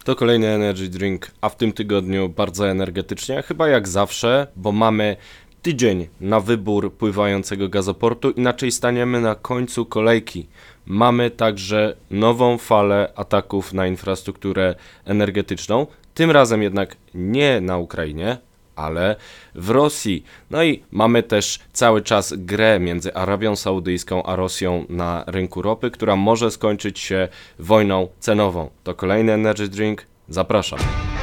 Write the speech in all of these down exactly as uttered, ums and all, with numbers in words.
To kolejny energy drink, a w tym tygodniu bardzo energetycznie, chyba jak zawsze, bo mamy tydzień na wybór pływającego gazoportu, inaczej staniemy na końcu kolejki. Mamy także nową falę ataków na infrastrukturę energetyczną, tym razem jednak nie na Ukrainie, ale w Rosji. No i mamy też cały czas grę między Arabią Saudyjską a Rosją na rynku ropy, która może skończyć się wojną cenową. To kolejny energy drink. Zapraszam.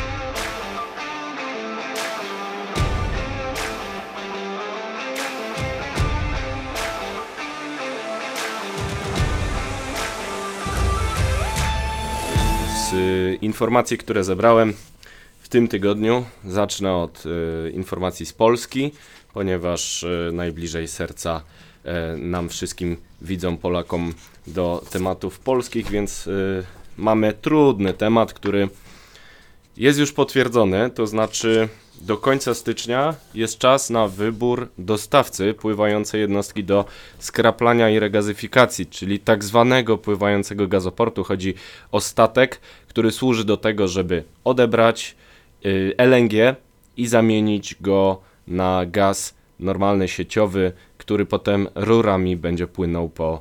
Z informacji, które zebrałem w tym tygodniu, zacznę od y, informacji z Polski, ponieważ y, najbliżej serca y, nam wszystkim, widzom, Polakom, do tematów polskich, więc y, mamy trudny temat, który jest już potwierdzony, to znaczy do końca stycznia jest czas na wybór dostawcy pływającej jednostki do skraplania i regazyfikacji, czyli tak zwanego pływającego gazoportu. Chodzi o statek, który służy do tego, żeby odebrać L N G i zamienić go na gaz normalny, sieciowy, który potem rurami będzie płynął po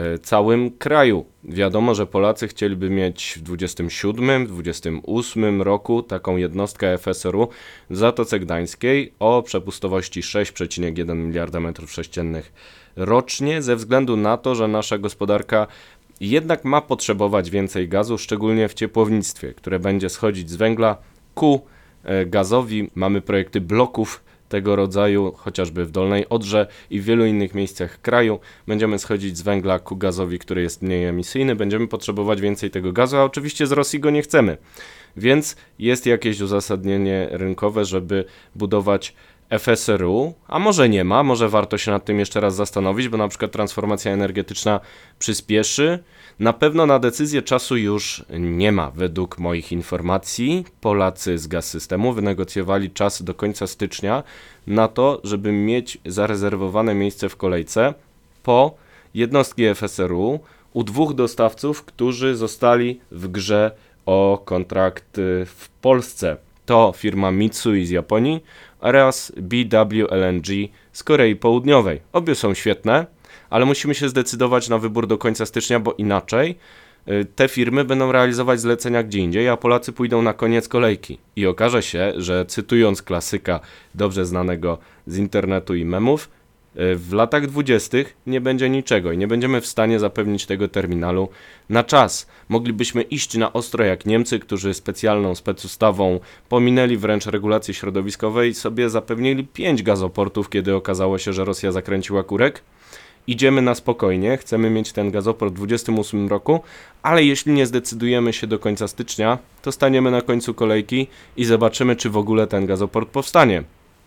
całym kraju. Wiadomo, że Polacy chcieliby mieć w dwudziestym siódmym, dwudziestym ósmym roku taką jednostkę F S R U w Zatoce Gdańskiej o przepustowości sześć przecinek jeden miliarda metrów sześciennych rocznie, ze względu na to, że nasza gospodarka jednak ma potrzebować więcej gazu, szczególnie w ciepłownictwie, które będzie schodzić z węgla ku gazowi. Mamy projekty bloków tego rodzaju, chociażby w Dolnej Odrze i w wielu innych miejscach kraju. Będziemy schodzić z węgla ku gazowi, który jest mniej emisyjny. Będziemy potrzebować więcej tego gazu, a oczywiście z Rosji go nie chcemy. Więc jest jakieś uzasadnienie rynkowe, żeby budować F S R U, a może nie ma, może warto się nad tym jeszcze raz zastanowić, bo na przykład transformacja energetyczna przyspieszy. Na pewno na decyzję czasu już nie ma. Według moich informacji Polacy z Gaz-Systemu wynegocjowali czas do końca stycznia na to, żeby mieć zarezerwowane miejsce w kolejce po jednostki F S R U u dwóch dostawców, którzy zostali w grze o kontrakt w Polsce. To firma Mitsui z Japonii oraz B W L N G z Korei Południowej. Obie są świetne, ale musimy się zdecydować na wybór do końca stycznia, bo inaczej te firmy będą realizować zlecenia gdzie indziej, a Polacy pójdą na koniec kolejki. I okaże się, że cytując klasyka dobrze znanego z internetu i memów, w latach dwudziestych nie będzie niczego i nie będziemy w stanie zapewnić tego terminalu na czas. Moglibyśmy iść na ostro jak Niemcy, którzy specjalną specustawą pominęli wręcz regulacje środowiskowe i sobie zapewnili pięć gazoportów, kiedy okazało się, że Rosja zakręciła kurek. Idziemy na spokojnie, chcemy mieć ten gazoport w dwudziestym ósmym roku, ale jeśli nie zdecydujemy się do końca stycznia, to staniemy na końcu kolejki i zobaczymy, czy w ogóle ten gazoport powstanie.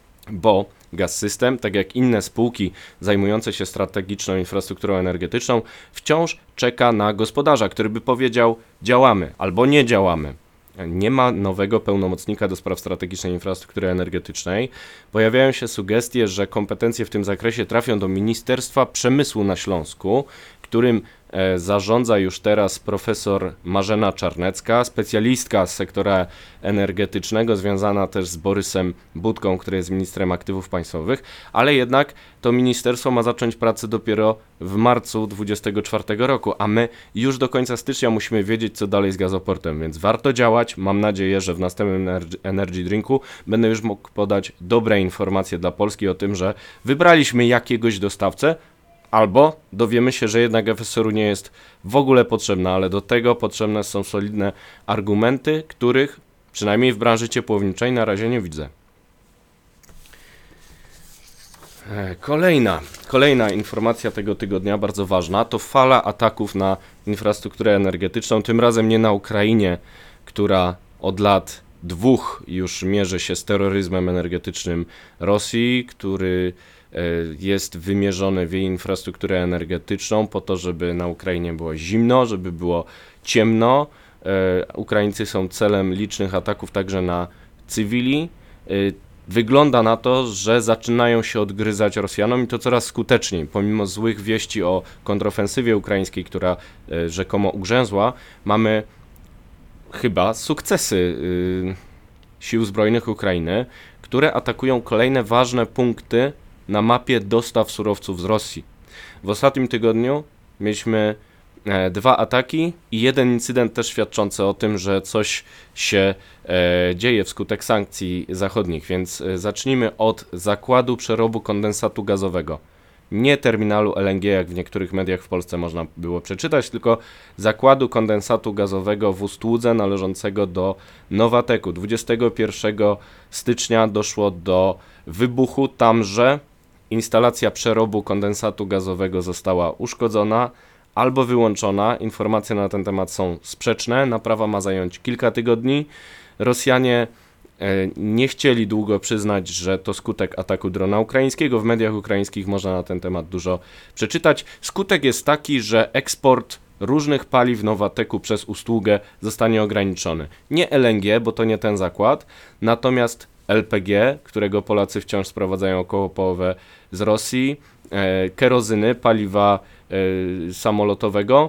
Bo Gaz-System, tak jak inne spółki zajmujące się strategiczną infrastrukturą energetyczną, wciąż czeka na gospodarza, który by powiedział: działamy albo nie działamy. Nie ma nowego pełnomocnika do spraw strategicznej infrastruktury energetycznej. Pojawiają się sugestie, że kompetencje w tym zakresie trafią do Ministerstwa Przemysłu na Śląsku, którym e, zarządza już teraz profesor Marzena Czarnecka, specjalistka z sektora energetycznego, związana też z Borysem Budką, który jest ministrem aktywów państwowych, ale jednak to ministerstwo ma zacząć pracę dopiero w marcu dwudziestego czwartego roku, a my już do końca stycznia musimy wiedzieć, co dalej z gazoportem, więc warto działać. Mam nadzieję, że w następnym Energy Drinku będę już mógł podać dobre informacje dla Polski o tym, że wybraliśmy jakiegoś dostawcę, albo dowiemy się, że jednak F S R U nie jest w ogóle potrzebna, ale do tego potrzebne są solidne argumenty, których przynajmniej w branży ciepłowniczej na razie nie widzę. Kolejna, kolejna informacja tego tygodnia, bardzo ważna, to fala ataków na infrastrukturę energetyczną, tym razem nie na Ukrainie, która od lat dwóch już mierzy się z terroryzmem energetycznym Rosji, który jest wymierzony w jej infrastrukturę energetyczną po to, żeby na Ukrainie było zimno, żeby było ciemno. Ukraińcy są celem licznych ataków także na cywili. Wygląda na to, że zaczynają się odgryzać Rosjanom i to coraz skuteczniej. Pomimo złych wieści o kontrofensywie ukraińskiej, która rzekomo ugrzęzła, mamy chyba sukcesy y, sił zbrojnych Ukrainy, które atakują kolejne ważne punkty na mapie dostaw surowców z Rosji. W ostatnim tygodniu mieliśmy e, dwa ataki i jeden incydent też świadczący o tym, że coś się e, dzieje wskutek sankcji zachodnich, więc e, zacznijmy od zakładu przerobu kondensatu gazowego. Nie terminalu L N G, jak w niektórych mediach w Polsce można było przeczytać, tylko zakładu kondensatu gazowego w Ustłudze należącego do Nowateku. dwudziestego pierwszego stycznia doszło do wybuchu tamże. Instalacja przerobu kondensatu gazowego została uszkodzona albo wyłączona. Informacje na ten temat są sprzeczne. Naprawa ma zająć kilka tygodni. Rosjanie nie chcieli długo przyznać, że to skutek ataku drona ukraińskiego. W mediach ukraińskich można na ten temat dużo przeczytać. Skutek jest taki, że eksport różnych paliw Nowateku przez Ustługę zostanie ograniczony. Nie L N G, bo to nie ten zakład, natomiast L P G, którego Polacy wciąż sprowadzają około połowę z Rosji, e, kerozyny, paliwa e, samolotowego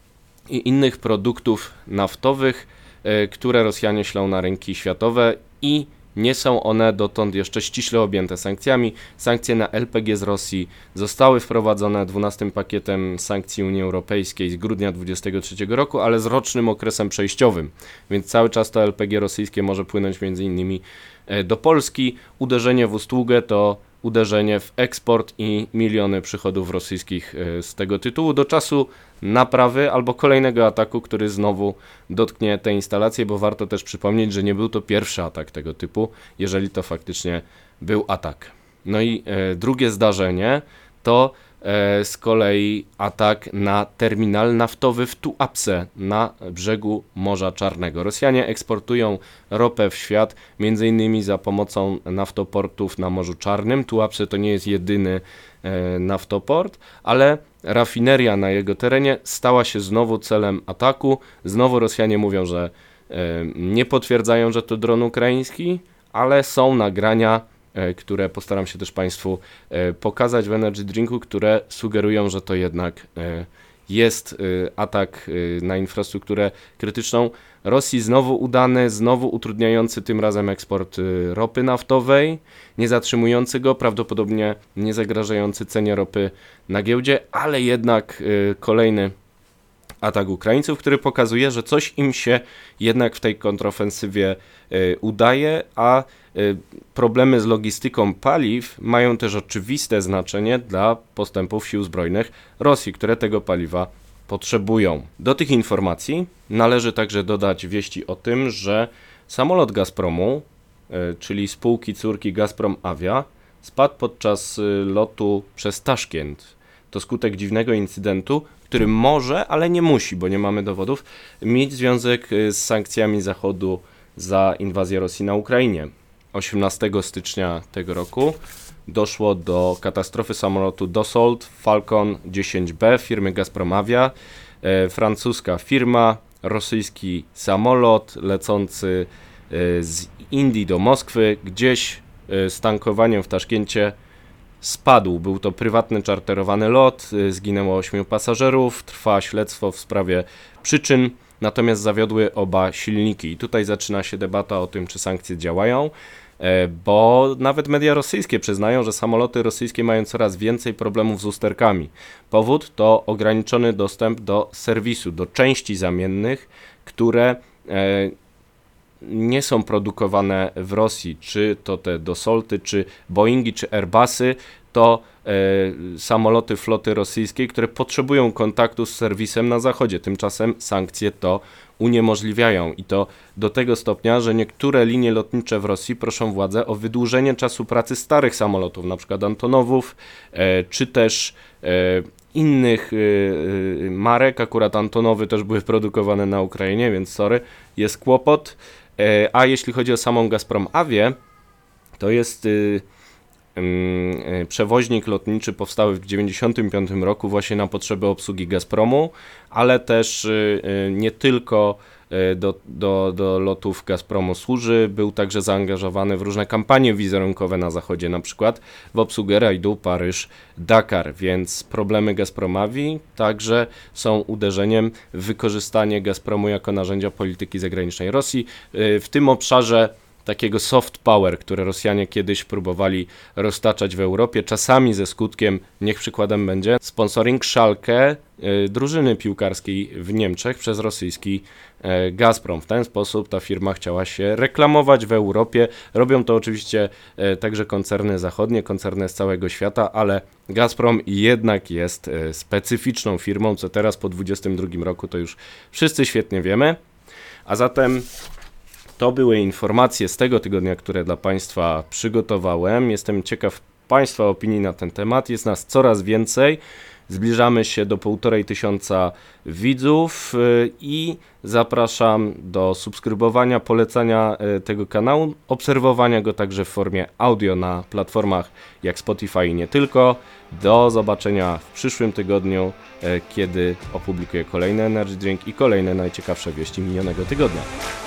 i innych produktów naftowych, e, które Rosjanie ślą na rynki światowe i nie są one dotąd jeszcze ściśle objęte sankcjami. Sankcje na L P G z Rosji zostały wprowadzone dwunastym pakietem sankcji Unii Europejskiej z grudnia dwudziestego trzeciego roku, ale z rocznym okresem przejściowym, więc cały czas to L P G rosyjskie może płynąć między innymi do Polski. Uderzenie w Ustługę to uderzenie w eksport i miliony przychodów rosyjskich z tego tytułu do czasu naprawy albo kolejnego ataku, który znowu dotknie te instalacje, bo warto też przypomnieć, że nie był to pierwszy atak tego typu, jeżeli to faktycznie był atak. No i e, drugie zdarzenie to e, z kolei atak na terminal naftowy w Tuapse na brzegu Morza Czarnego. Rosjanie eksportują ropę w świat, między innymi za pomocą naftoportów na Morzu Czarnym. Tuapse to nie jest jedyny e, naftoport, ale rafineria na jego terenie stała się znowu celem ataku. Znowu Rosjanie mówią, że e, nie potwierdzają, że to dron ukraiński, ale są nagrania, e, które postaram się też Państwu e, pokazać w Energy Drinku, które sugerują, że to jednak e, jest e, atak e, na infrastrukturę krytyczną Rosji. Znowu udany, znowu utrudniający tym razem eksport e, ropy naftowej, nie zatrzymujący go, prawdopodobnie nie zagrażający cenie ropy na giełdzie, ale jednak e, kolejny atak Ukraińców, który pokazuje, że coś im się jednak w tej kontrofensywie y, udaje, a y, problemy z logistyką paliw mają też oczywiste znaczenie dla postępów sił zbrojnych Rosji, które tego paliwa potrzebują. Do tych informacji należy także dodać wieści o tym, że samolot Gazpromu, y, czyli spółki córki Gazprom Avia, spadł podczas y, lotu przez Taszkent. To skutek dziwnego incydentu, który może, ale nie musi, bo nie mamy dowodów, mieć związek z sankcjami Zachodu za inwazję Rosji na Ukrainie. osiemnastego stycznia tego roku doszło do katastrofy samolotu Dassault Falcon dziesięć B firmy Gazprom Avia. E, francuska firma, rosyjski samolot lecący e, z Indii do Moskwy, gdzieś e, z tankowaniem w Taszkencie spadł. Był to prywatny, czarterowany lot, zginęło ośmiu pasażerów, trwa śledztwo w sprawie przyczyn, natomiast zawiodły oba silniki. I tutaj zaczyna się debata o tym, czy sankcje działają, bo nawet media rosyjskie przyznają, że samoloty rosyjskie mają coraz więcej problemów z usterkami. Powód to ograniczony dostęp do serwisu, do części zamiennych, które nie są produkowane w Rosji, czy to te Dassaulty, czy Boeingi, czy Airbusy, to e, samoloty floty rosyjskiej, które potrzebują kontaktu z serwisem na zachodzie. Tymczasem sankcje to uniemożliwiają i to do tego stopnia, że niektóre linie lotnicze w Rosji proszą władze o wydłużenie czasu pracy starych samolotów, na przykład Antonowów, e, czy też e, innych e, marek. Akurat Antonowy też były produkowane na Ukrainie, więc sorry, jest kłopot. A jeśli chodzi o samą Gazprom Avię, to jest y, y, przewoźnik lotniczy powstały w dziewięćdziesiątym piątym roku właśnie na potrzeby obsługi Gazpromu, ale też y, y, nie tylko do, do, do lotów Gazpromu służy. Był także zaangażowany w różne kampanie wizerunkowe na zachodzie, na przykład w obsługę rajdu Paryż-Dakar, więc problemy Gazpromowi także są uderzeniem w wykorzystanie Gazpromu jako narzędzia polityki zagranicznej Rosji. W tym obszarze takiego soft power, które Rosjanie kiedyś próbowali roztaczać w Europie, czasami ze skutkiem, niech przykładem będzie, sponsoring Schalke, y, drużyny piłkarskiej w Niemczech przez rosyjski y, Gazprom. W ten sposób ta firma chciała się reklamować w Europie. Robią to oczywiście y, także koncerny zachodnie, koncerny z całego świata, ale Gazprom jednak jest y, specyficzną firmą, co teraz po dwudziestym drugim roku to już wszyscy świetnie wiemy. A zatem to były informacje z tego tygodnia, które dla Państwa przygotowałem. Jestem ciekaw Państwa opinii na ten temat. Jest nas coraz więcej. Zbliżamy się do półtorej tysiąca widzów i zapraszam do subskrybowania, polecania tego kanału, obserwowania go także w formie audio na platformach jak Spotify i nie tylko. Do zobaczenia w przyszłym tygodniu, kiedy opublikuję kolejny Energy Drink i kolejne najciekawsze wieści minionego tygodnia.